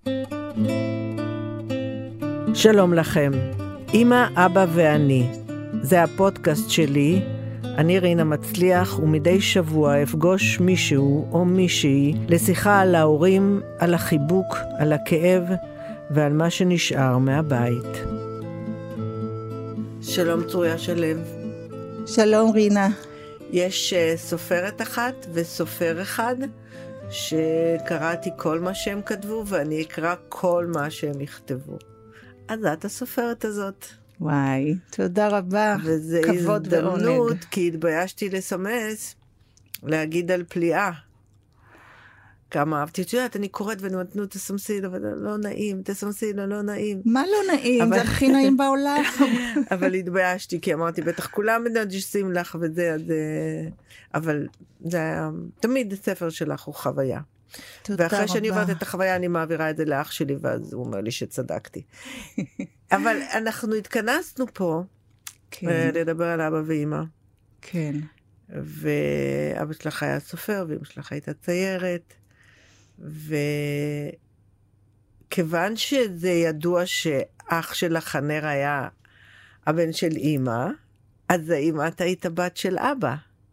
שלום לכם, אמא, אבא ואני. זה הפודקאסט שלי. אני רינה מצליח, ומדי שבוע אפגוש מישהו או מישהי לשיחה על ההורים, על החיבוק, על הכאב ועל מה שנשאר מהבית. שלום צוריה שלו. שלום רינה. יש סופרת אחת וסופר אחד שקראתי כל מה שהם כתבו, ואני אקרא כל מה שהם יכתבו. אז את הסופרת הזאת. וואי, תודה רבה. וזה כבוד ועונג. הזדמנות, כי התביישתי לסמס, להגיד על פליאה. כמה אהבתי, את יודעת, אני קוראת ואני מתנו, תסמסי, אבל לא נעים, תסמסי, לא נעים. מה לא נעים? זה הכי נעים בעולם. אבל התביישתי, כי אמרתי, בטח כולם מנג'סים לך וזה, אז... אבל זה היה, תמיד הספר שלך הוא חוויה. תודה רבה. ואחרי שאני עוברת את החוויה, אני מעבירה את זה לאח שלי, ואז הוא אומר לי שצדקתי. אבל אנחנו התכנסנו פה, לדבר על אבא ואמא. כן. ואבא שלך היה סופר, ואמא שלך הייתה ציירת, וכיוון שזה ידוע שאח של חנר היה הבן של אמא, אז האם את היית בת של אבא?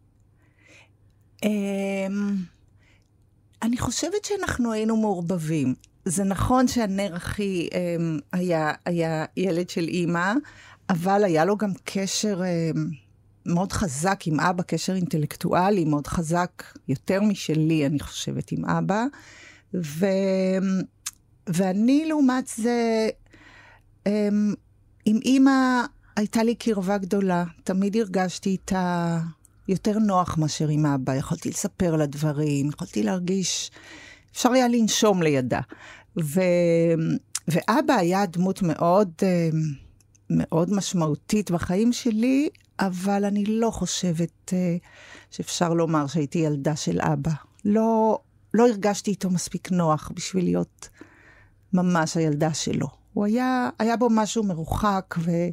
אני חושבת שאנחנו היינו מעורבבים. זה נכון שהנר אחי היה ילד של אמא, אבל היה לו גם קשר מאוד חזק עם אבא, קשר אינטלקטואלי מאוד חזק, יותר משלי, אני חושבת, עם אבא. ואני לעומת זה, עם אמא הייתה לי קרבה גדולה. תמיד הרגשתי איתה יותר נוח מאשר עם אבא. יכולתי לספר לה דברים, יכולתי להרגיש, אפשר היה לנשום לידה. ואבא היה דמות מאוד, מאוד משמעותית בחיים שלי, אבל אני לא חושבת שאפשר לומר שהייתי ילדה של אבא. לא הרגשתי איתו מספיק נוח בשביל להיות ממש הילדה שלו. הוא היה בו משהו מרוחק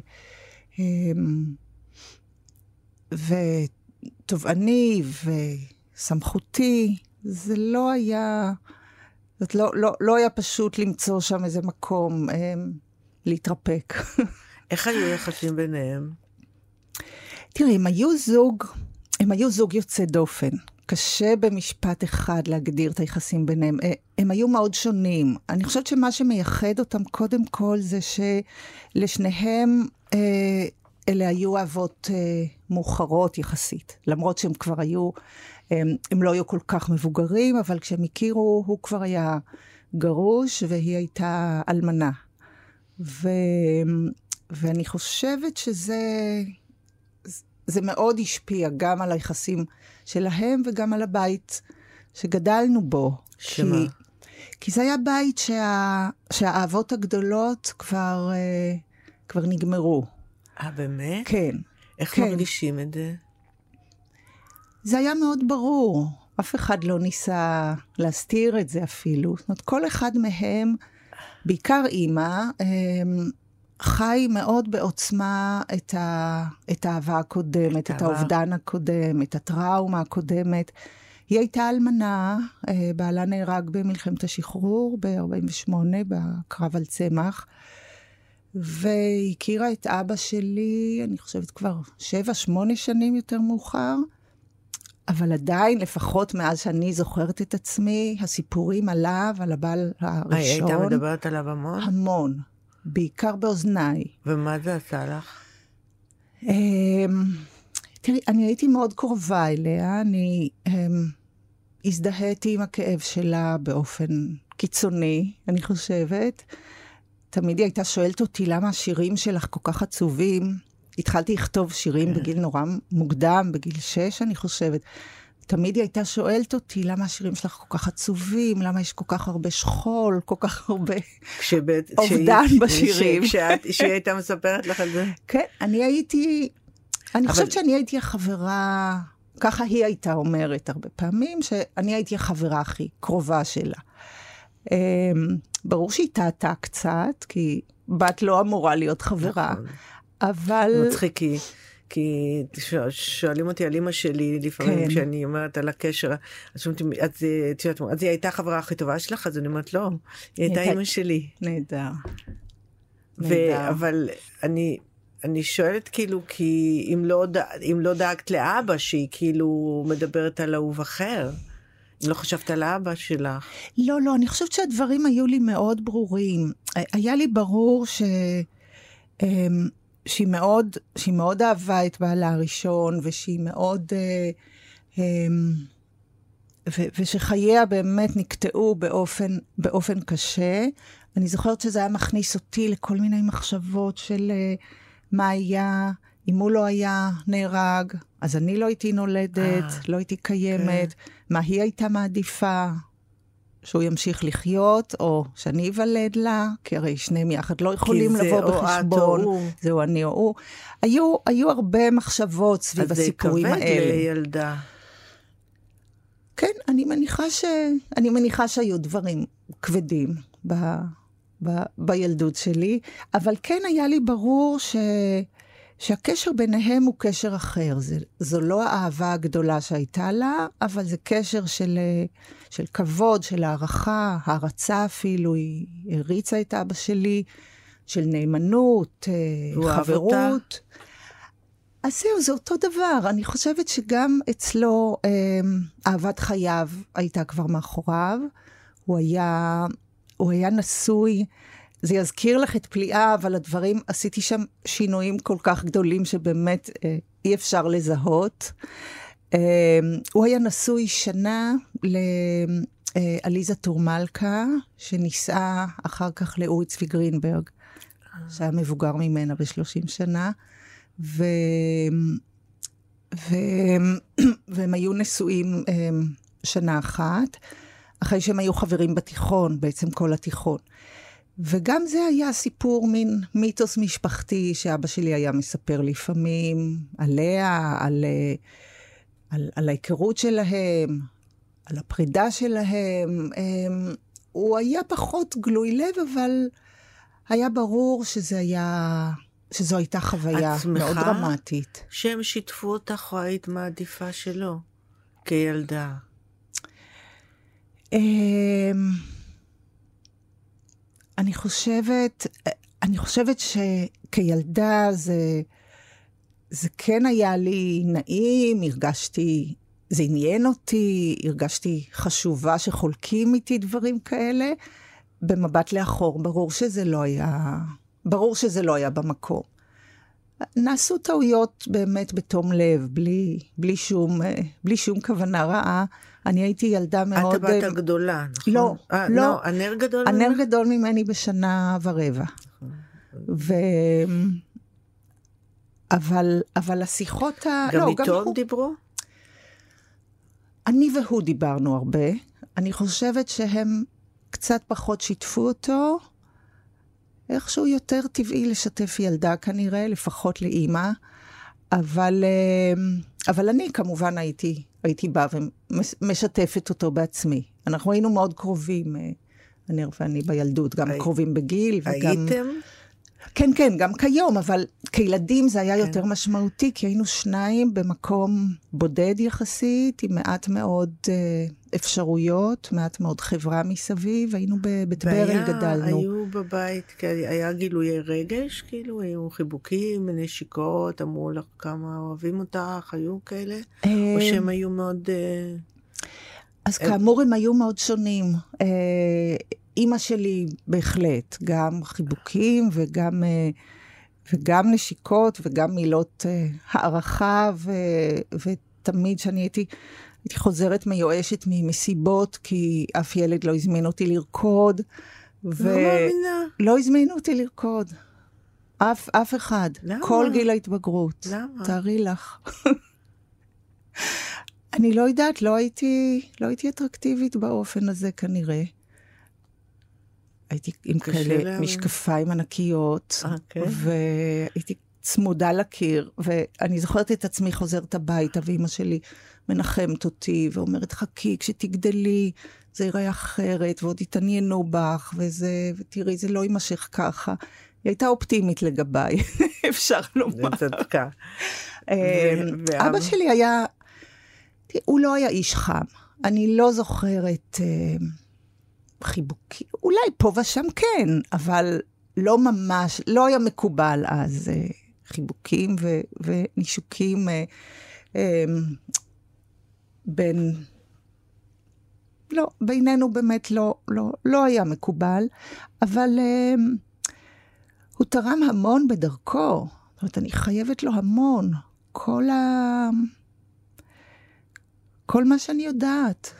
ותובעני וסמכותי. זה לא היה, לא היה פשוט למצוא שם איזה מקום להתרפק. איך היו יחסים ביניהם? תראי, הם היו זוג יוצא דופן. קשה במשפט אחד להגדיר את היחסים ביניהם. הם היו מאוד שונים. אני חושבת שמה שמייחד אותם קודם כל זה שלשניהם אלה היו אהבות מאוחרות יחסית. למרות שהם כבר היו, הם לא היו כל כך מבוגרים, אבל כשהם הכירו, הוא כבר היה גרוש והיא הייתה אלמנה. ואני חושבת זה מאוד השפיע גם על היחסים שלהם וגם על הבית שגדלנו בו. שמה? כי זה היה בית שהאהבות הגדולות כבר נגמרו. באמת? כן. איך כן. מרגישים את זה? זה היה מאוד ברור. אף אחד לא ניסה להסתיר את זה אפילו. זאת אומרת, כל אחד מהם, בעיקר אמא, חי מאוד בעוצמה את האהבה הקודמת, את האובדן הקודם, את הטראומה הקודמת. היא הייתה אלמנה, בעלה נהרג במלחמת השחרור ב-48, בקרב על צמח, והכירה את אבא שלי, אני חושבת כבר 7-8 שנים יותר מאוחר, אבל עדיין, לפחות מאז שאני זוכרת את עצמי, הסיפורים עליו, על הבעל הראשון. הייתה מדברת עליו המון? המון. בעיקר באוזניי. ומה זה עשה לך? תראי, אני הייתי מאוד קרובה אליה, אני הזדהיתי עם הכאב שלה באופן קיצוני, אני חושבת. תמיד היא הייתה שואלת אותי, למה השירים שלך כל כך עצובים? התחלתי לכתוב שירים בגיל נורא מוקדם, בגיל 6, אני חושבת. תמיד היא הייתה שואלת אותי, למה השירים שלך כל כך עצובים? למה יש כל כך הרבה שכול, כל כך הרבה אובדן בשירים? שהיא הייתה מספרת לך על זה? כן, אני חושבת שאני הייתי החברה, ככה היא הייתה אומרת הרבה פעמים, שאני הייתי החברה הכי קרובה שלה. ברור שהיא טעתה קצת, כי בת לא אמורה להיות חברה, אבל... מצחיקי. כי שואלים אותי על אמא שלי, לפעמים כשאני אומרת על הקשר, אז היא הייתה חברה הכי טובה שלך? אז אני אומרת, לא, היא הייתה אמא שלי. נהדר. אבל אני שואלת כאילו, כי אם לא דאגת לאבא, שהיא כאילו מדברת על אהוב אחר, אם לא חשבת על האבא שלך. לא, אני חושבת שהדברים היו לי מאוד ברורים. היה לי ברור שהיא מאוד אהבה את בעלה הראשון, ושהיא מאוד, ושחייה באמת נקטעו באופן קשה. אני זוכרת שזה היה מכניס אותי לכל מיני מחשבות של מה היה, אם הוא לא היה נהרג, אז אני לא הייתי נולדת, לא הייתי קיימת, מה היא הייתה מעדיפה, שהוא ימשיך לחיות, או שאני אוולד לה, כי הרי שניהם יחד לא יכולים לבוא בחשבון, זהו אני או הוא. היו הרבה מחשבות סביב הסיפורים האלה. אז זה כבד לילדה. כן, אני מניחה שהיו דברים כבדים בילדות שלי, אבל כן היה לי ברור שהקשר ביניהם הוא קשר אחר. זו לא האהבה הגדולה שהייתה לה, אבל זה קשר של כבוד, של הערצה אפילו. היא הריצה את אבא שלי, של נאמנות, חברות. אז זהו, זה אותו דבר. אני חושבת שגם אצלו אהבת חייו הייתה כבר מאחוריו. הוא היה נשוי. זה יזכיר לך את פליאה, אבל הדברים, עשיתי שם שינויים כל כך גדולים שבאמת אי אפשר לזהות. הוא היה נשוי שנה לאליזה טורמלקה, שנישאה אחר כך לאורי צבי גרינברג, שהיה מבוגר ממנה ב30 שנה, והם היו נשואים שנה אחת, אחרי שהם היו חברים בתיכון, בעצם כל התיכון. וגם זה היה סיפור מין מיתוס משפחתי שאבא שלי היה מספר לפעמים עליה, על ההיכרות שלהם, על הפרידה שלהם. הוא היה פחות גלוי לב, אבל היה ברור שזו הייתה חוויה מאוד דרמטית. שהם שיתפו אותך או היית מעדיפה שלו כילדה? אני חושבת שכילדה זה כן היה לי נעים, זה עניין אותי, הרגשתי חשובה שחולקים איתי דברים כאלה. במבט לאחור, ברור שזה לא היה במקום. נעשו טעויות באמת בתום לב, בלי שום כוונה רעה. אני הייתי ילדה מאוד... את הבת הגדולה, נכון? לא. הנר גדול? הנר גדול ממני בשנה ורבע. אבל השיחות גם איתו דיברו? אני והוא דיברנו הרבה. אני חושבת שהם קצת פחות שיתפו אותו. איכשהו יותר טבעי לשתף ילדה כנראה, לפחות לאמא. אבל אני כמובן הייתי באה ומשתפת אותו בעצמי. אנחנו היינו מאוד קרובים, הנר ואני בילדות, גם קרובים בגיל. הייתם? כן, גם כיום, אבל כילדים זה היה יותר משמעותי, כי היינו שניים במקום בודד יחסית, עם מעט מאוד אפשרויות, מעט מאוד חברה מסביב, היינו בבית ברל גדלנו. היו בבית, היה גילויי רגש, כאילו, היו חיבוקים, נשיקות, אמרו לך כמה אוהבים אותך, היו כאלה? או שהם היו מאוד... אז כאמור הם היו מאוד שונים. אמא שלי בהחלט, גם חיבוקים וגם נשיקות וגם מילות הערכה, ותמיד שאני הייתי חוזרת מיואשת ממסיבות, כי אף ילד לא הזמין אותי לרקוד. לא מאמינה. לא הזמינו אותי לרקוד. אף אחד. למה? כל גיל ההתבגרות. למה? תארי לך. אני לא יודעת, לא הייתי אטרקטיבית באופן הזה כנראה. הייתי עם כאלה משקפיים ענקיות, והייתי צמודה לקיר, ואני זוכרת את עצמי חוזרת הביתה, ואמא שלי מנחמת אותי, ואומרת, חכי, כשתגדלי, זה ייראה אחרת, ועוד התעניינו בך, ותראי, זה לא יימשך ככה. הייתה אופטימית לגביי, אפשר לומר. צדקה. אבא שלי היה, הוא לא היה איש חם. אני לא זוכרת חיבוקים, אולי פה ושם כן, אבל לא ממש, לא היה מקובל אז חיבוקים ונישוקים בינינו באמת לא היה מקובל, אבל הוא תרם המון בדרכו. זאת אומרת, אני חייבת לו המון. כל מה שאני יודעת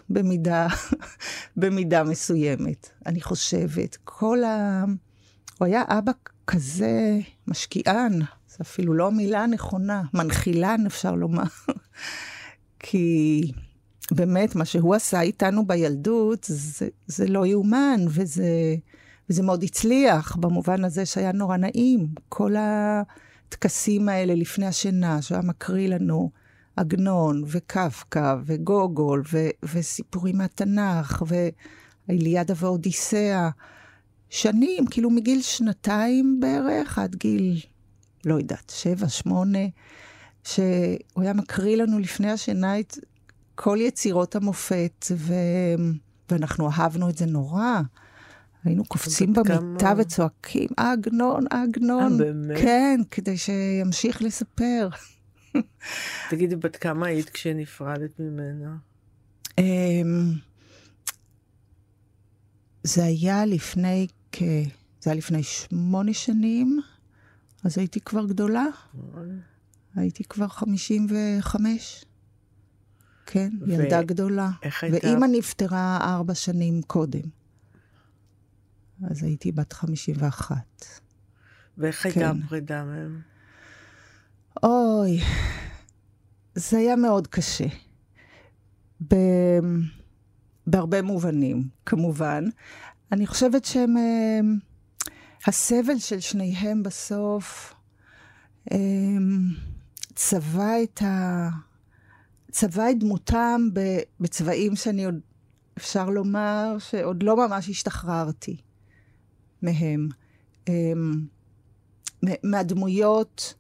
במידה מסוימת, אני חושבת. הוא היה אבא כזה משקיען, זה אפילו לא המילה הנכונה, מנחילן אפשר לומר. כי באמת מה שהוא עשה איתנו בילדות, זה לא יאומן, וזה מאוד הצליח, במובן הזה שהיה נורא נעים. כל הטקסים האלה לפני השינה, שהיה מקריא לנו עגנון וקפקא וגוגול וסיפורים מהתנ"ך והאיליאדה והאודיסאה. שנים, כאילו מגיל 2 בערך, עד גיל, לא יודעת, 7, 8, שהוא היה מקריא לנו לפני השינה את כל יצירות המופת, ואנחנו אהבנו את זה נורא. היינו קופצים במיטה וצועקים, עגנון, עגנון. באמת? כן, כדי שימשיך לספר. תגידי, בת כמה היית כשנפרדת ממנה? זה היה לפני 8 שנים, אז הייתי כבר גדולה. הייתי כבר 55. כן, ילדה גדולה. ואמא נפטרה 4 שנים קודם. אז הייתי בת 51. ואיך הייתה הפרידה מהם? אוי, זה היה מאוד קשה. בהרבה מובנים, כמובן. אני חושבת שהם, הסבל של שניהם בסוף, צבע את דמותם בצבעים שאני עוד, אפשר לומר, שעוד לא ממש השתחררתי מהם. מהדמויות,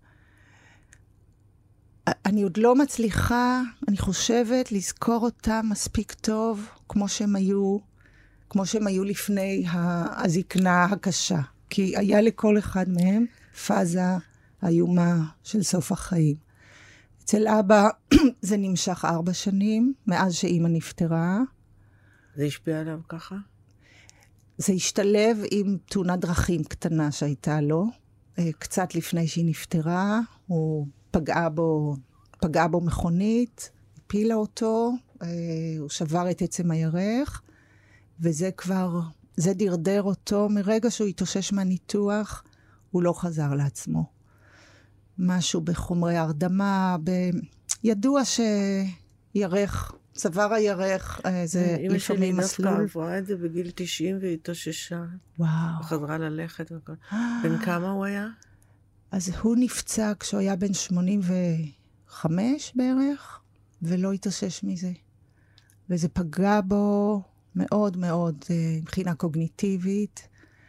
אני עוד לא מצליחה, אני חושבת, לזכור אותם מספיק טוב, כמו שהם היו לפני הזקנה הקשה. כי היה לכל אחד מהם פאזה איומה של סוף החיים. אצל אבא זה נמשך 4 שנים, מאז שאמא נפטרה. זה השפיע עליו ככה? זה השתלב עם תאונת דרכים קטנה שהייתה לו. קצת לפני שהיא נפטרה, הוא פגעה בו מכונית, הפילה אותו, הוא שבר את עצם הירך, וזה דרדר אותו. מרגע שהוא התאושש מהניתוח, הוא לא חזר לעצמו. משהו בחומרי הרדמה, ידוע שירך, צוואר הירך, זה לפעמים מסלול. אמא שלי דווקא עברה את זה בגיל 90 והיא התאוששה. וואו. וחזרה ללכת וכל. בן כמה הוא היה? אז הוא נפצע כשהוא היה בן 85 בערך, ולא התאושש מזה. וזה פגע בו מאוד מאוד מבחינה קוגניטיבית,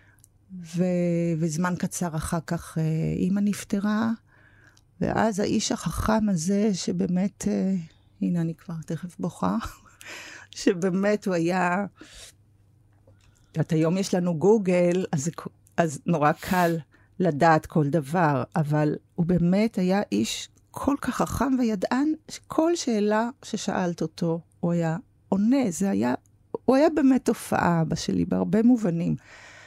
וזמן קצר אחר כך אמא נפטרה, ואז האיש החכם הזה שבאמת, הנה אני כבר תכף בוכה, שבאמת הוא היה, היום יש לנו גוגל, אז נורא קל לדעת כל דבר, אבל הוא באמת היה איש כל כך חכם וידען, שכל שאלה ששאלת אותו, הוא היה עונה. הוא היה באמת תופעה, אבא שלי, בהרבה מובנים.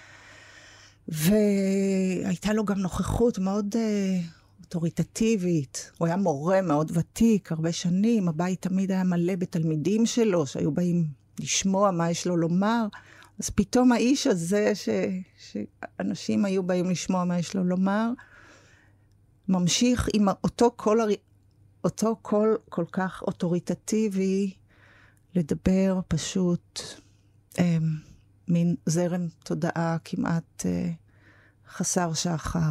והייתה לו גם נוכחות מאוד אוטוריטטיבית. הוא היה מורה מאוד ותיק, הרבה שנים. הבית תמיד היה מלא בתלמידים שלו, שהיו באים לשמוע מה יש לו לומר. אז פתאום האיש הזה, שאנשים היו באים לשמוע מה יש לו לומר, ממשיך עם אותו קול כל כך אוטוריטטיבי, לדבר פשוט מין זרם תודעה כמעט חסר שחר.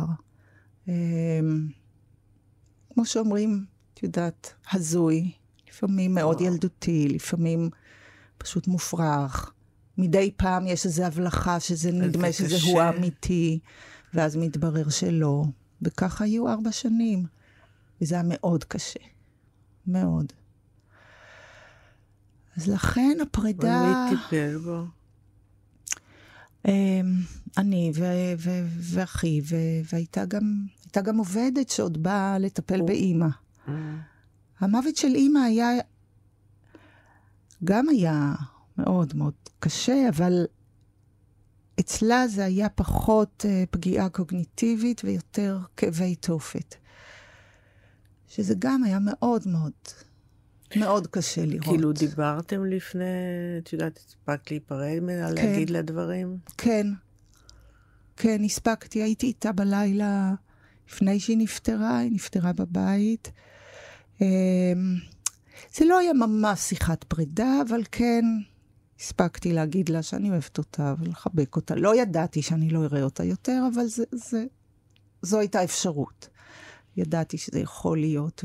כמו שאומרים, את יודעת, הזוי, לפעמים מאוד ילדותי, לפעמים פשוט מופרך. מדי פעם יש איזו הבלחה שזה נדמה שזה הוא האמיתי, ואז מתברר שלא, וככה היו 4 שנים, וזה היה מאוד קשה, מאוד. אז לכן הפרידה... ומי טיפל בו? אני ואחי, והייתה גם עובדת שעוד באה לטפל באמא. המוות של אמא גם היה מאוד מאוד קשה, אבל אצלה זה היה פחות פגיעה קוגניטיבית ויותר כאבי תופת. שזה גם היה מאוד מאוד מאוד קשה לראות. כאילו דיברתם לפני, את יודעת, הספקת להיפרד ממנה, להגיד לה דברים? כן, כן, הספקתי, הייתי איתה בלילה לפני שהיא נפטרה, היא נפטרה בבית. זה לא היה ממש שיחת פרידה, אבל כן הספקתי להגיד לה שאני אוהבת אותה ולחבק אותה. לא ידעתי שאני לא אראה אותה יותר, אבל זו הייתה אפשרות. ידעתי שזה יכול להיות,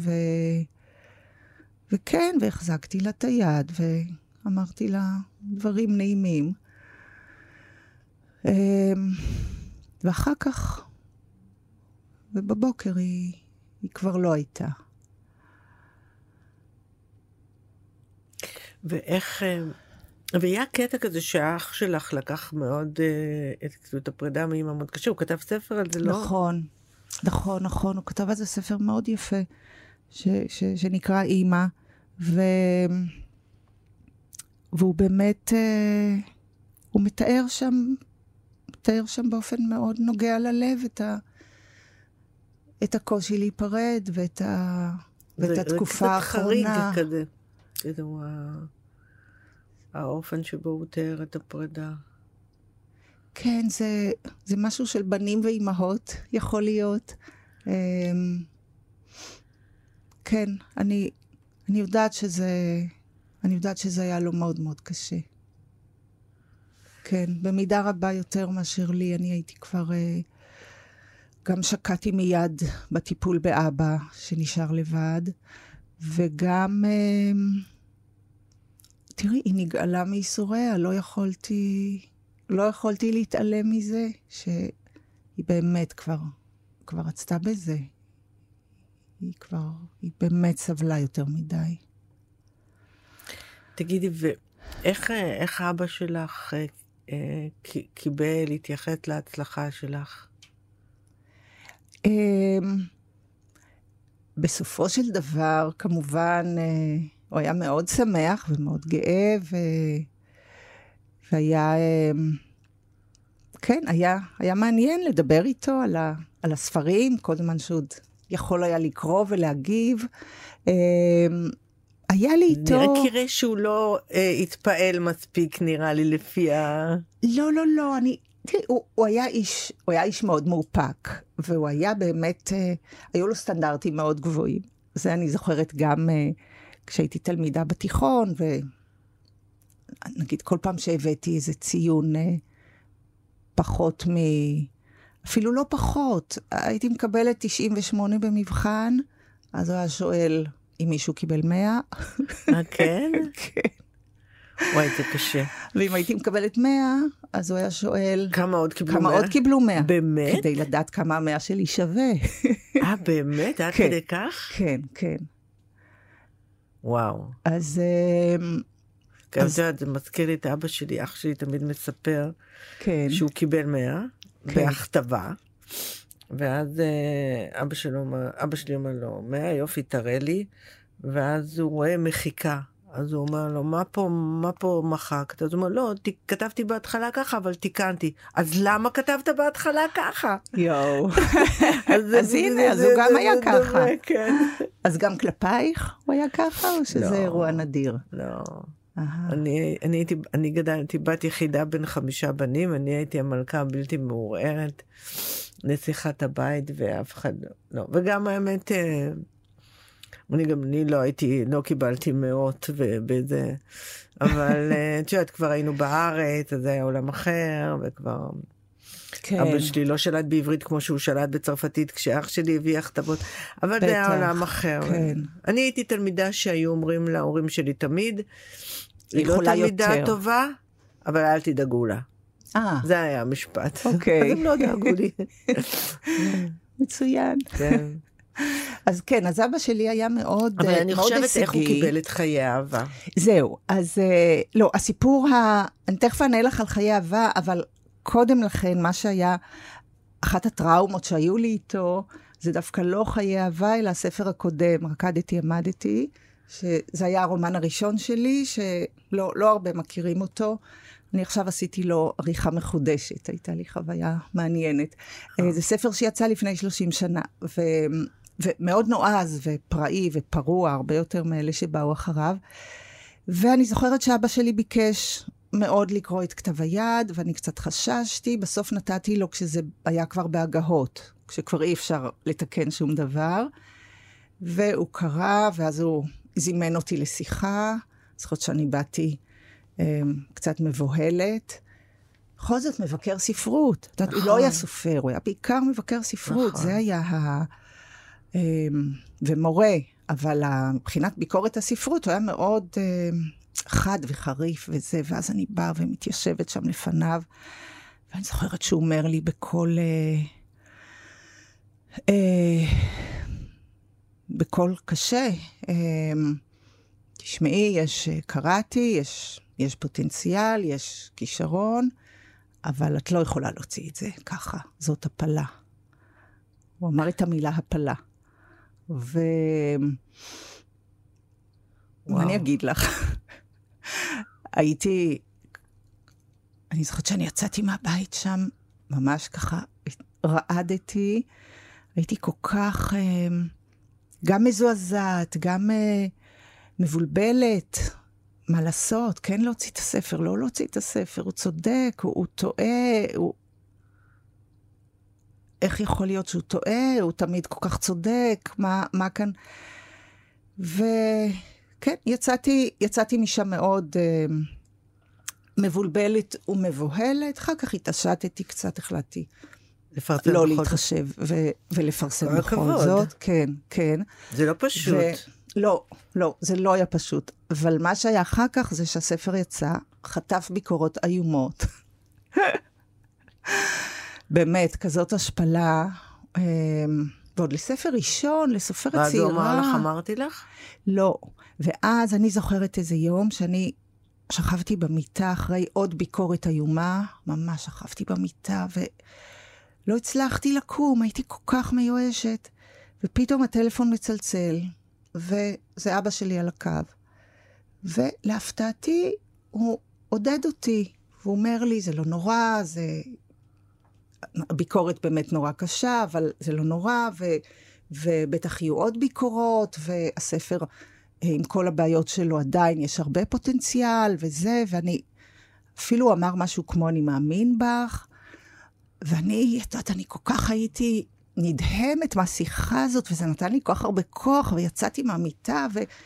וכן, והחזקתי לה את היד, ואמרתי לה דברים נעימים. ואחר כך, ובבוקר היא כבר לא הייתה. ואיך, והיה קטע כזה שהאח שלך לקח מאוד את הפרידה מאמא מאוד קשה, הוא כתב ספר על זה, לא? נכון, נכון, נכון, הוא כתב על זה ספר מאוד יפה, שנקרא אמא, והוא באמת, הוא מתאר שם באופן מאוד נוגע ללב את הקושי להיפרד, ואת התקופה האחרונה. זה קצת חריג כזה, כאילו האופן שבו הוא תיאר את הפרידה. כן, זה משהו של בנים ואימהות, יכול להיות. כן, אני יודעת שזה היה לו מאוד מאוד קשה. כן, במידה רבה יותר מאשר לי, אני הייתי כבר, גם שקעתי מיד בטיפול באבא שנשאר לבד, וגם, תראי, היא נגאלה מייסוריה, לא יכולתי להתעלם מזה, שהיא באמת כבר רצתה בזה. היא באמת סבלה יותר מדי. תגידי, ואיך אבא שלך קיבל, התייחס להצלחה שלך? בסופו של דבר, כמובן, הוא היה מאוד שמח ומאוד גאה, והיה, כן, היה מעניין לדבר איתו על הספרים, כל זמן שעוד יכול היה לקרוא ולהגיב. היה לי איתו... נראה כראה שהוא לא התפעל מספיק, נראה לי, לפי ה... לא, תראי, הוא היה איש מאוד מאופק, והוא היה באמת, היו לו סטנדרטים מאוד גבוהים. זה אני זוכרת גם כשהייתי תלמידה בתיכון, ונגיד כל פעם שהבאתי איזה ציון פחות אפילו לא פחות, הייתי מקבלת 98 במבחן, אז הוא היה שואל אם מישהו קיבל 100. כן? כן. וואי, זה קשה. ואם הייתי מקבלת 100, אז הוא היה שואל... כמה עוד קיבלו 100? כמה עוד קיבלו 100. באמת? כדי לדעת כמה 100 שלי שווה. באמת? עד כדי כך? כן, כן. וואו. אז... גם זה מזכיר לי את אבא שלי, אח שלי תמיד מספר, שהוא קיבל 100, בהכתבה, ואז אבא שלי אומר לו, 100, יופי, תראה לי, ואז הוא רואה מחיקה, אז הוא אומר לו, מה פה מחקת? אז הוא אומר, לא, כתבתי בהתחלה ככה, אבל תיקנתי. אז למה כתבת בהתחלה ככה? יואו. אז הנה, אז הוא גם היה ככה. אז גם כלפייך הוא היה ככה, או שזה אירוע נדיר? לא. אני גדלתי בת יחידה בין 5 בנים, אני הייתי המלכה הבלתי מעורערת, נסיכת הבית, ואף אחד לא. וגם האמת, אני לא קיבלתי מאות ובזה, אבל את יודעת, כבר היינו בארץ, אז זה היה עולם אחר, וכבר... אבא שלי לא שלט בעברית כמו שהוא שלט בצרפתית, כשאח שלי הביא הכתבות, אבל זה היה עולם אחר. אני הייתי תלמידה שהיו אומרים להורים שלי תמיד, היא לא תלמידה טובה, אבל אל תדאגו לה. זה היה המשפט. אוקיי. אז הם לא דאגו לי. מצוין. כן. אז כן, אז אבא שלי היה מאוד הישגי. אבל אני חושבת איך הוא קיבל את חיי אהבה. זהו, אז לא, הסיפור, אני תכף אענה לך על חיי אהבה, אבל קודם לכן, מה שהיה, אחת הטראומות שהיו לי איתו, זה דווקא לא חיי אהבה, אלא הספר הקודם, רקדתי, עמדתי, שזה היה הרומן הראשון שלי, שלא הרבה מכירים אותו. אני עכשיו עשיתי לו עריכה מחודשת, הייתה לי חוויה מעניינת. זה ספר שיצא לפני 30 שנה, ומאוד נועז ופראי ופרוע, הרבה יותר מאלה שבאו אחריו. ואני זוכרת שאבא שלי ביקש מאוד לקרוא את כתב היד, ואני קצת חששתי, בסוף נתתי לו כשזה היה כבר בהגהות, כשכבר אי אפשר לתקן שום דבר, והוא קרא, ואז הוא זימן אותי לשיחה, זוכרת שאני באתי קצת מבוהלת, בכל זאת מבקר ספרות, נכון. הוא לא היה סופר, הוא היה בעיקר מבקר ספרות, נכון. זה היה ומורה, אבל מבחינת ביקורת הספרות, הוא היה מאוד חד וחריף וזה, ואז אני באה ומתיישבת שם לפניו, ואני זוכרת שהוא אומר לי בקול, בקול קשה, תשמעי, קראתי, יש פוטנציאל, יש כישרון, אבל את לא יכולה להוציא את זה ככה, זאת הפלה. הוא אמר את המילה הפלה. ואני אגיד לך, אני זוכרת שאני יצאתי מהבית שם, ממש ככה, רעדתי, הייתי כל כך, גם מזועזעת, גם מבולבלת, מה לעשות, כן להוציא את הספר, לא להוציא את הספר, הוא צודק, הוא טועה, איך יכול להיות שהוא טועה, הוא תמיד כל כך צודק, מה כאן, וכן, יצאתי משם מאוד מבולבלת ומבוהלת, אחר כך התעשתתי קצת, החלטתי לא להתחשב ולפרסם בכל זאת, כן, כן. זה לא פשוט. לא, זה לא היה פשוט, אבל מה שהיה אחר כך זה שהספר יצא, חטף ביקורות איומות, באמת, כזאת השפלה, ועוד לספר ראשון, לסופרת צעירה. ואז הוא אמר לך, אמרתי לך? לא, ואז אני זוכרת איזה יום שאני שכבתי במיטה אחרי עוד ביקורת איומה, ממש שכבתי במיטה, ולא הצלחתי לקום, הייתי כל כך מיואשת, ופתאום הטלפון מצלצל, וזה אבא שלי על הקו. ולהפתעתי, הוא עודד אותי, והוא אומר לי, זה לא נורא, הביקורת באמת נורא קשה, אבל זה לא נורא, ובטח יהיו עוד ביקורות, והספר, עם כל הבעיות שלו עדיין, יש הרבה פוטנציאל, וזה, ואני, אפילו הוא אמר משהו כמו, אני מאמין בך, ואני, אני כל כך הייתי נדהמת מהשיחה הזאת, וזה נתן לי כל כך הרבה כוח, ויצאתי מהמיטה,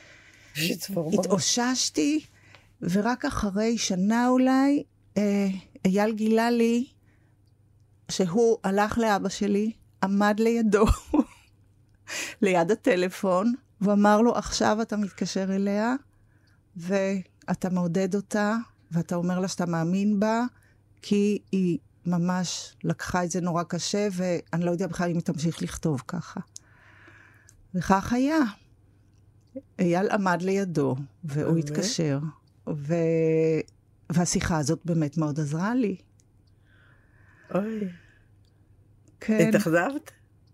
והתאוששתי, ורק אחרי שנה אולי, אייל גילה לי, שהוא הלך לאבא שלי, עמד לידו, ליד הטלפון, ואמר לו, עכשיו אתה מתקשר אליה, ואתה מעודד אותה, ואתה אומר לה שאתה מאמין בה, כי היא ממש לקחה את זה נורא קשה, ואני לא יודע בכלל אם היא תמשיך לכתוב ככה. וכך היה. אייל עמד לידו, והוא התקשר, והשיחה הזאת באמת מאוד עזרה לי. אוי. כן. התאכזבת?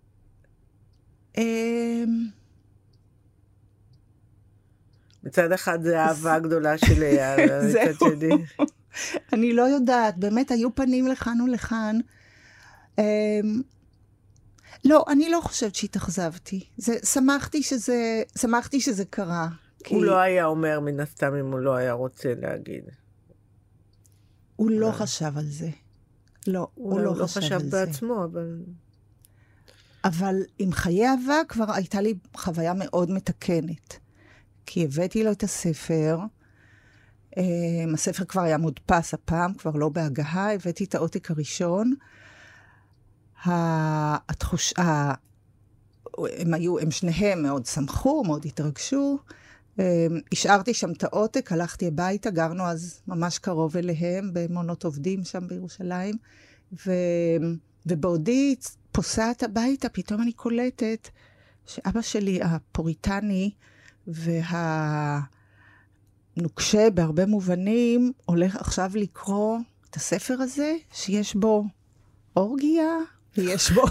מצד אחד זה האהבה הגדולה של אייל, מצד שני. אני לא יודעת, באמת היו פנים לכאן ולכאן. לא, אני לא חושבת שהתאכזבתי. שמחתי שזה קרה. הוא לא היה אומר מן הסתם אם הוא לא היה רוצה להגיד. הוא לא חשב על זה. לא, הוא לא חשב על זה. בעצמו, אבל... אבל עם חיי אהבה כבר הייתה לי חוויה מאוד מתקנת. כי הבאתי לו את הספר, הספר כבר היה מודפס הפעם, כבר לא בהגהה, הבאתי את העותק הראשון. הם שניהם מאוד שמחו, מאוד התרגשו, השארתי שם את העותק, הלכתי הביתה, גרנו אז ממש קרוב אליהם, במעונות עובדים שם בירושלים, ובעודי פוסעת הביתה, פתאום אני קולטת שאבא שלי, הפוריטני והנוקשה בהרבה מובנים, הולך עכשיו לקרוא את הספר הזה, שיש בו אורגיה, ויש בו...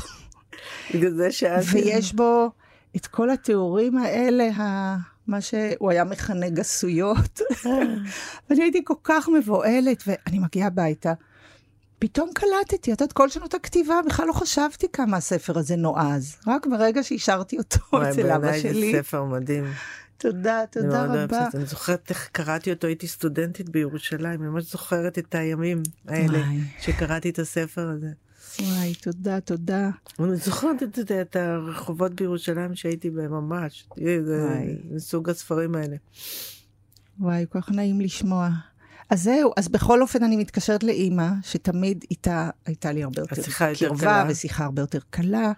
ויש בו את כל התיאורים האלה, מה שהוא היה מכנה גסויות. ואני הייתי כל כך מבועלת, ואני מגיעה הביתה. פתאום קלטתי, את יודעת, כל שנות הכתיבה, בכלל לא חשבתי כמה הספר הזה נועז. רק ברגע שהשארתי אותו אצל אבא שלי. בעיניי זה ספר מדהים. תודה רבה. אני זוכרת איך קראתי אותו, הייתי סטודנטית בירושלים, אני ממש זוכרת את הימים האלה שקראתי את הספר הזה. וואי, תודה. אני זוכרת את הרחובות בירושלים שהייתי בהם ממש. זה סוג הספרים האלה. וואי, כל כך נעים לשמוע. אז זהו, אז בכל אופן אני מתקשרת לאמא, שתמיד איתה הייתה לי הרבה יותר קרבה, ושיחה הרבה יותר קלה.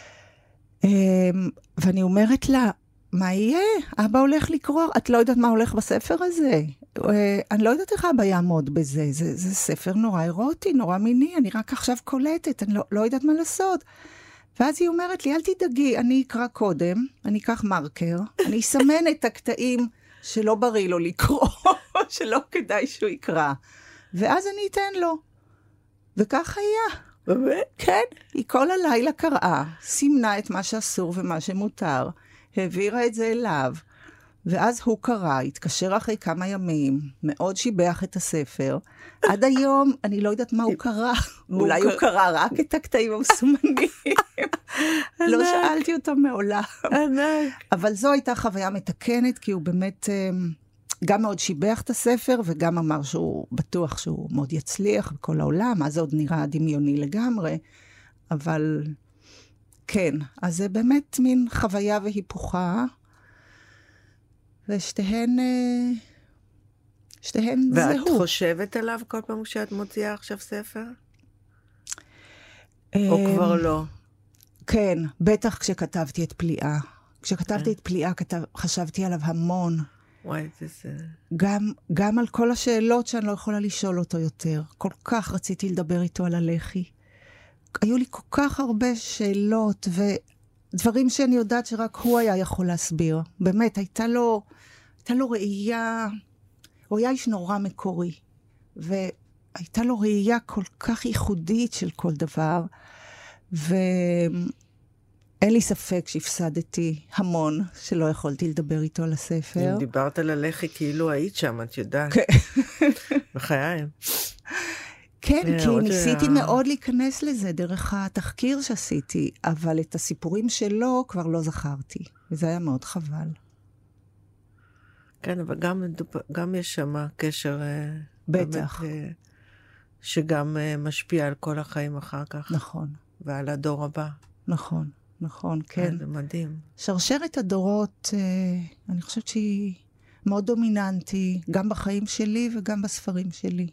ואני אומרת לה, מה יהיה? אבא הולך לקרוא, את לא יודעת מה הולך בספר הזה. אני לא יודעת איך אבא יעמוד בזה, זה ספר נורא אירוטי, נורא מיני, אני רק עכשיו קולטת, אני לא יודעת מה לעשות. ואז היא אומרת לי, אל תדאגי, אני אקרא קודם, אני אקח מרקר, אני אסמן את הקטעים שלא בריא לו לקרוא, שלא כדאי שהוא יקרא. ואז אני אתן לו. וכך היה. באמת? כן, היא כל הלילה קראה, סימנה את מה שאסור ומה שמותר, העבירה את זה אליו, ואז הוא קרא, התקשר אחרי כמה ימים, מאוד שיבח את הספר. עד היום אני לא יודעת מה הוא קרא. אולי הוא קרא רק את הקטעים המסומנים. לא שאלתי אותו מעולם. אבל זו הייתה חוויה מתקנת, כי הוא באמת גם מאוד שיבח את הספר, וגם אמר שהוא בטוח שהוא מאוד יצליח בכל העולם, אז זה עוד נראה דמיוני לגמרי. אבל כן, אז זה באמת מין חוויה והיפוכה, ושתיהן זהו. ואת חושבת עליו כל פעם כשאת מוציאה עכשיו ספר? או כבר לא? כן, בטח כשכתבתי את פליאה. כשכתבתי את פליאה, חשבתי עליו המון. וואי, זה... גם על כל השאלות שאני לא יכולה לשאול אותו יותר. כל כך רציתי לדבר איתו על הלחי. היו לי כל כך הרבה שאלות ודברים שאני יודעת שרק הוא היה יכול להסביר. באמת, הייתה לו ראייה, הוא היה איש נורא מקורי, והייתה לו ראייה כל כך ייחודית של כל דבר, ואין לי ספק שהפסדתי המון שלא יכולתי לדבר איתו על הספר. אם דיברת על הלחי כאילו היית שם, את יודעת. בחיי. כן, כי ניסיתי מאוד להיכנס לזה דרך התחקיר שעשיתי, אבל את הסיפורים שלו כבר לא זכרתי, וזה היה מאוד חבל. כן, אבל גם יש שם קשר... בטח. באמת, שגם משפיע על כל החיים אחר כך. נכון. ועל הדור הבא. נכון, כן. זה מדהים. שרשרת הדורות, אני חושבת שהיא מאוד דומיננטי, גם בחיים שלי וגם בספרים שלי.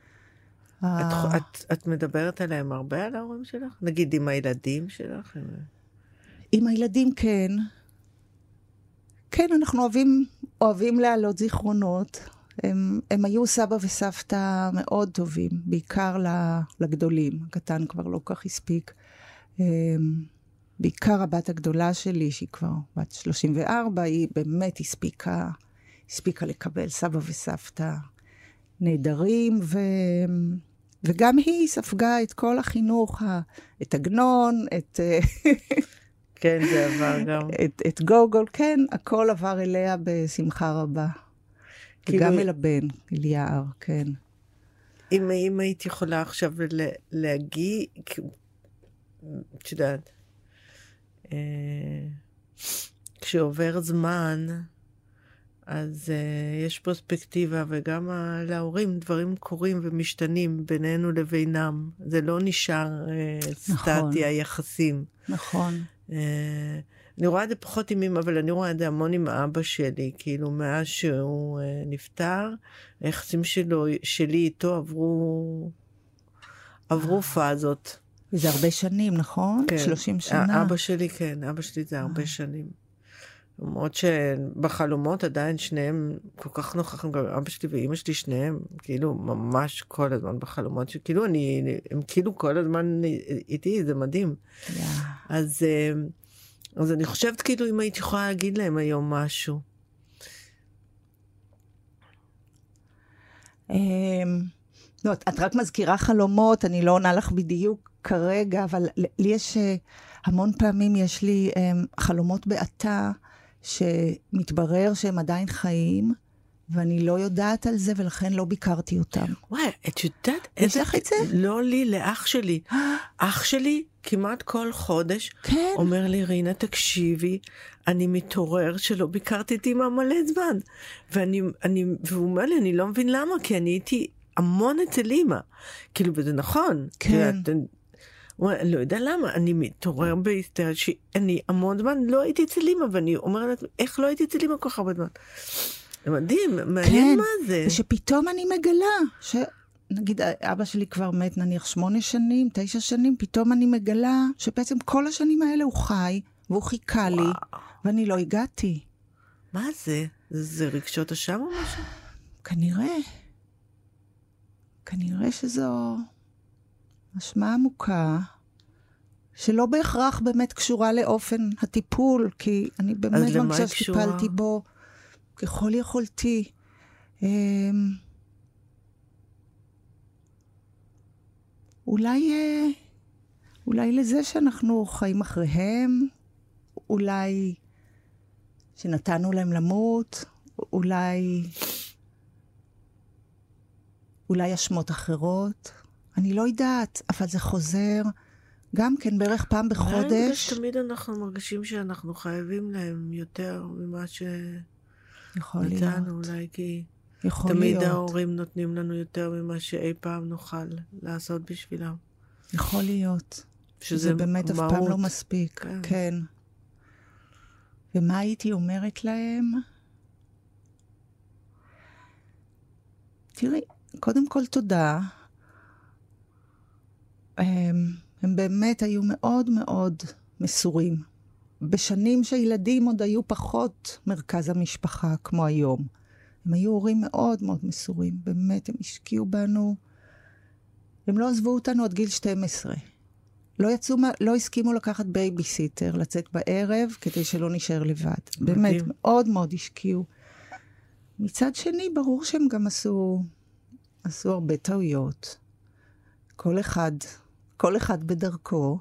את מדברת עליהם הרבה על ההורים שלך? נגיד עם הילדים שלך? עם הילדים כן. כן, אנחנו אוהבים להעלות זיכרונות. הם היו סבא וסבתא מאוד טובים, בעיקר לגדולים. הקטן כבר לא כך הספיק. בעיקר הבת הגדולה שלי, שהיא כבר בת 34, היא באמת הספיקה לקבל סבא וסבתא נהדרים, וגם היא ספגה את כל החינוך, את עגנון, כן, זה עבר גם. את גוגול, כן, הכל עבר אליה בשמחה רבה. וגם אל הבן, אל יער, כן. אם היית יכולה עכשיו להגיד, את יודעת, כשעובר זמן, אז יש פרספקטיבה, וגם להורים דברים קורים ומשתנים בינינו לבינם. זה לא נשאר סטטי היחסים. נכון. אני רואה את זה פחות עם אמא, אבל אני רואה את זה המון עם אבא שלי, כאילו מאז שהוא נפטר, היחסים שלי איתו עברו פאזות. זה הרבה שנים, נכון? כן. 30 שנה. אבא שלי, כן, אבא שלי זה הרבה שנים. למרות שבחלומות עדיין שניהם כל כך נוכחים, גם אבא שלי ואמא שלי שניהם, כאילו ממש כל הזמן בחלומות, שכאילו הם כאילו כל הזמן איתי, זה מדהים. אז אני חושבת כאילו אם הייתי יכולה להגיד להם היום משהו. לא, את רק מזכירה חלומות, אני לא עונה לך בדיוק כרגע, אבל לי יש המון פעמים, יש לי חלומות בעתה, שמתברר שהם עדיין חיים, ואני לא יודעת על זה, ולכן לא ביקרתי אותם. וואי, את יודעת? יש לך את זה? לא לי, לאח שלי. אח שלי כמעט כל חודש אומר לי, רינה, תקשיבי, אני מתעורר שלא ביקרתי את אמא מלא זמן. והוא אומר לי, אני לא מבין למה, כי אני הייתי המון אצל אמא. כאילו, וזה נכון. כן. אני לא יודע למה, אני מתעורר בהיסטריה, שאני המון זמן לא הייתי אצל אמא, ואני אומרת, איך לא הייתי אצל אמא כל כך הרבה זמן? זה מדהים, מעניין מה זה. ושפתאום אני מגלה, נגיד, אבא שלי כבר מת נניח 8 שנים, 9 שנים, פתאום אני מגלה שבעצם כל השנים האלה הוא חי, והוא חיכה לי, ואני לא הגעתי. מה זה? זה רגשות אשם או משהו? כנראה שזו אשמה עמוקה, שלא בהכרח באמת קשורה לאופן הטיפול, כי אני באמת מרגישה שטיפלתי בו ככל יכולתי. אולי לזה שאנחנו חיים אחריהם, אולי שנתנו להם למות, אולי אשמות אחרות. אני לא יודעת, אבל זה חוזר גם כן בערך פעם בחודש. תמיד אנחנו מרגישים שאנחנו חייבים להם יותר ממה שנתנו, אולי כי תמיד ההורים נותנים לנו יותר ממה שאי פעם נוכל לעשות בשבילם. יכול להיות. שזה באמת אף פעם לא מספיק. כן. ומה הייתי אומרת להם? תראי, קודם כל תודה. הם באמת היו מאוד מאוד מסורים. בשנים שילדים עוד היו פחות מרכז המשפחה כמו היום. הם היו הורים מאוד מאוד מסורים. באמת, הם השקיעו בנו. הם לא עזבו אותנו עד גיל 12. לא הסכימו לקחת בייביסיטר, לצאת בערב, כדי שלא נשאר לבד. באמת, מאוד מאוד השקיעו. מצד שני, ברור שהם גם עשו הרבה טעויות. כל אחד בדרכו.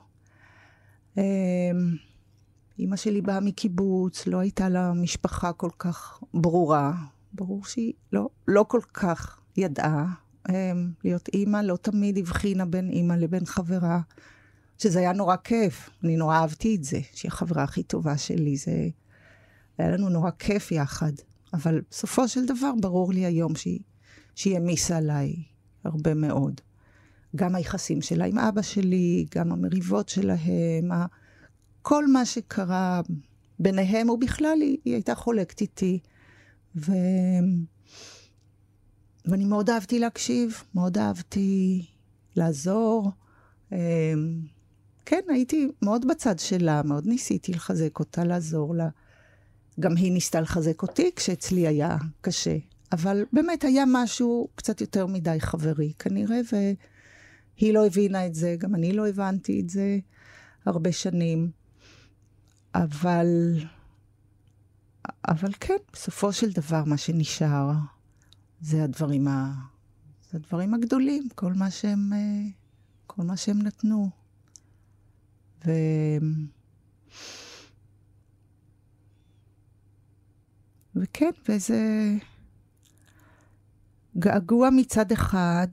אמא שלי באה מקיבוץ, לא הייתה לה משפחה כל כך ברורה. ברור שהיא לא כל כך ידעה להיות אמא, לא תמיד הבחינה בין אמא לבין חברה, שזה היה נורא כיף. אני נורא אהבתי את זה, שהיא החברה הכי טובה שלי. זה היה לנו נורא כיף יחד. אבל בסופו של דבר ברור לי היום שהיא המיסה עליי הרבה מאוד. גם היחסים שלה עם אבא שלי, גם המריבות שלהם, כל מה שקרה ביניהם, ובכלל היא הייתה חולקת איתי. ואני מאוד אהבתי להקשיב, מאוד אהבתי לעזור. כן, הייתי מאוד בצד שלה, מאוד ניסיתי לחזק אותה, לעזור לה. גם היא ניסתה לחזק אותי כשאצלי היה קשה. אבל באמת היה משהו קצת יותר מדי חברי כנראה, והיא לא הבינה את זה, גם אני לא הבנתי את זה הרבה שנים. אבל כן, בסופו של דבר מה שנשאר זה הדברים הגדולים, כל מה שהם נתנו. וכן, וזה געגוע מצד אחד,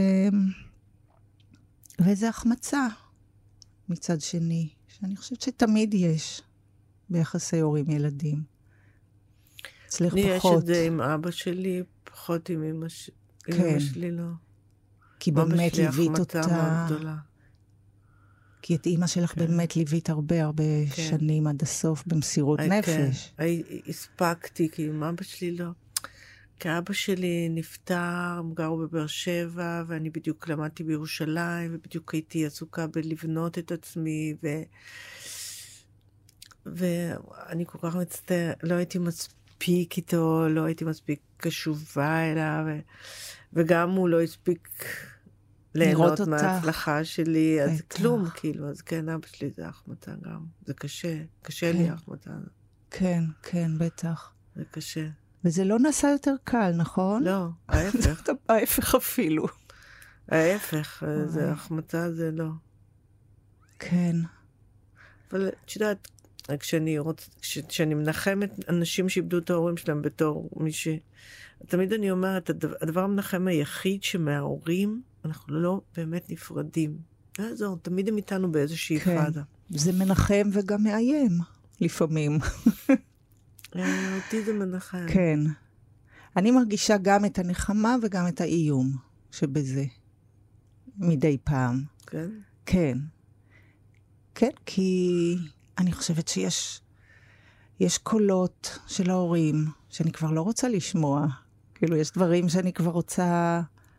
וזה החמצה מצד שני, שאני חושבת שתמיד יש ביחסי הורים ילדים. אצלך פחות. יש את זה עם אבא שלי, פחות עם אמא שלי לא. כי באמת ליווית אותה. כי את אמא שלך באמת ליווית הרבה שנים עד הסוף במסירות נפש. הספקתי, כי עם אבא שלי לא. כי אבא שלי נפטר, הם גרו בבאר שבע, ואני בדיוק למדתי בירושלים, ובדיוק הייתי עסוקה בלבנות את עצמי, ואני כל כך מצטער, לא הייתי מספיק איתו, לא הייתי מספיק קשובה אליו, וגם הוא לא הספיק ליהנות מההצלחה שלי, אז כלום, כאילו, אז כן, אבא שלי זה החמצה גם. זה קשה לי החמצה. כן, כן, בטח. זה קשה. וזה לא נעשה יותר קל, נכון? לא, ההפך. ההפך אפילו. ההפך, זה החמצה, זה לא. כן. אבל את יודעת, כשאני מנחמת אנשים שאיבדו את ההורים שלהם בתור מישהי, תמיד אני אומרת, הדבר המנחם היחיד שמההורים, אנחנו לא באמת נפרדים. לא יעזור, תמיד הם איתנו באיזושהי פאזה. זה מנחם וגם מאיים, לפעמים. אותי זה מנחם. כן. אני מרגישה גם את הנחמה וגם את האיום שבזה. מדי פעם. כן? כן. כן, כי אני חושבת יש קולות של ההורים שאני כבר לא רוצה לשמוע. כאילו, יש דברים שאני כבר רוצה,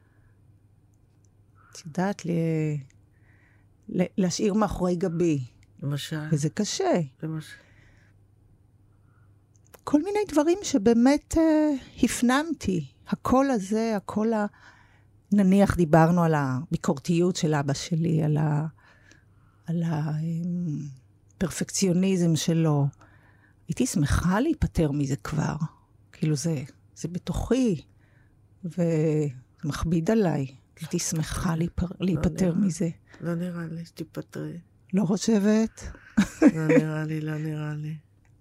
את יודעת, להשאיר מאחורי גבי. למשל. וזה קשה. למשל. כל מיני דברים שבאמת הפנמתי. הקול הזה, נניח דיברנו על הביקורתיות של אבא שלי, על הפרפקציוניזם שלו. הייתי שמחה להיפטר מזה כבר. כאילו זה בתוכי, ומכביד עליי. הייתי שמחה להיפטר מזה. לא נראה לי שתיפטרי. לא חושבת? לא נראה לי.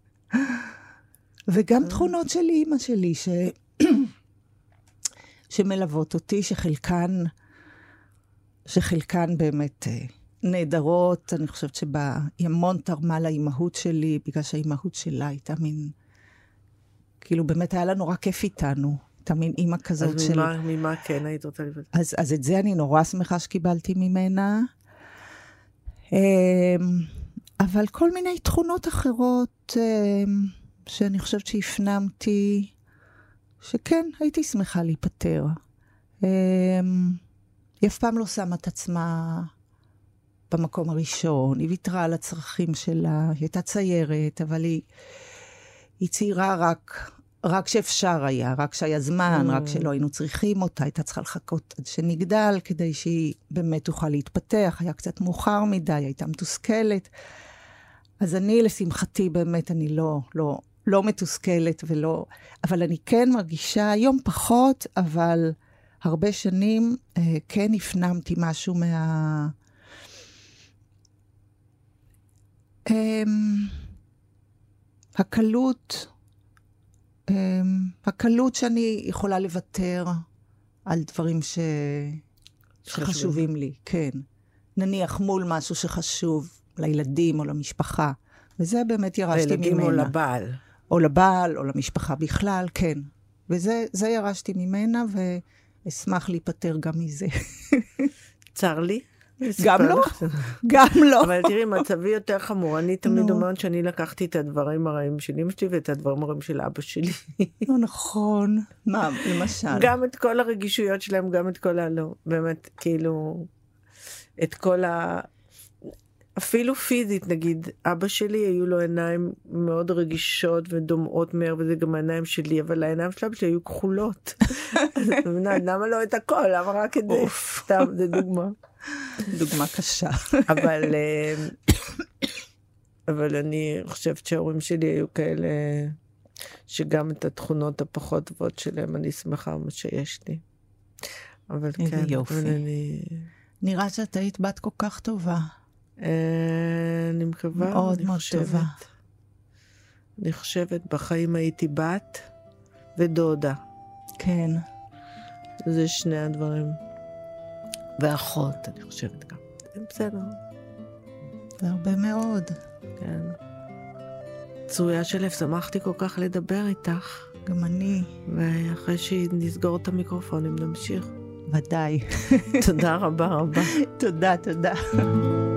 וגם תכונות של אמא שלי, שמלוות אותי, שחלקן באמת נהדרות. אני חושבת היא המון תרמה לאימהות שלי, בגלל שהאימהות שלה הייתה מין, כאילו באמת היה לנו רק כיף איתנו. הייתה מין אימא כזאת של... אז ממה כן היית רוצה לבד? אז את זה אני נורא שמחה שקיבלתי ממנה. אבל כל מיני תכונות אחרות שאני חושבת שהפנמתי, שכן, הייתי שמחה להיפטר. היא אף פעם לא שמה את עצמה במקום הראשון, היא ויתרה על הצרכים שלה, היא הייתה ציירת, אבל היא ציירה רק שאפשר היה, רק שהיה זמן, רק שלא היינו צריכים אותה, הייתה צריכה לחכות עד שנגדל, כדי שהיא באמת תוכל להתפתח, היה קצת מאוחר מדי, הייתה מתוסכלת. אז אני, לשמחתי, באמת, אני לא מתוסכלת ולא, אבל אני כן מרגישה, היום פחות, אבל הרבה שנים כן הפנמתי משהו הקלות שאני יכולה לוותר על דברים שחשובים לי, כן. נניח מול משהו שחשוב לילדים או למשפחה, וזה באמת ירשתי ממנה. לילדים או לבעל. או לבעל, או למשפחה בכלל, כן. וזה ירשתי ממנה, ואשמח להיפטר גם מזה. צר לי. גם לא, גם לא. אבל תראי, מצבי יותר חמור. אני תמיד אומרת שאני לקחתי את הדברים הרעים של אמא שלי, ואת הדברים הרעים של אבא שלי. לא נכון. מה, למשל? גם את כל הרגישויות שלהם, גם את כל באמת, כאילו, את כל אפילו פיזית, נגיד, אבא שלי היו לו עיניים מאוד רגישות ודומעות מהר, וזה גם העיניים שלי, אבל העיניים של אבא שלי היו כחולות. אז את מבינה, למה לא את הכל? למה רק את זה? סתם, זה דוגמה. דוגמה קשה. אבל אני חושבת שההורים שלי היו כאלה, שגם את התכונות הפחות טובות שלהם, אני שמחה מה שיש לי. אבל כן, יופי. נראה שאת היית בת כל כך טובה. אני מקווה, מאוד מאוד טובה. אני חושבת, בחיים הייתי בת ודודה. כן. זה שני הדברים. ואחות, אני חושבת גם. בסדר. זה הרבה מאוד. כן. צרויה שלף, שמחתי כל כך לדבר איתך. גם אני. ואחרי שנסגור את המיקרופונים, נמשיך. ודאי. תודה רבה רבה. תודה, תודה.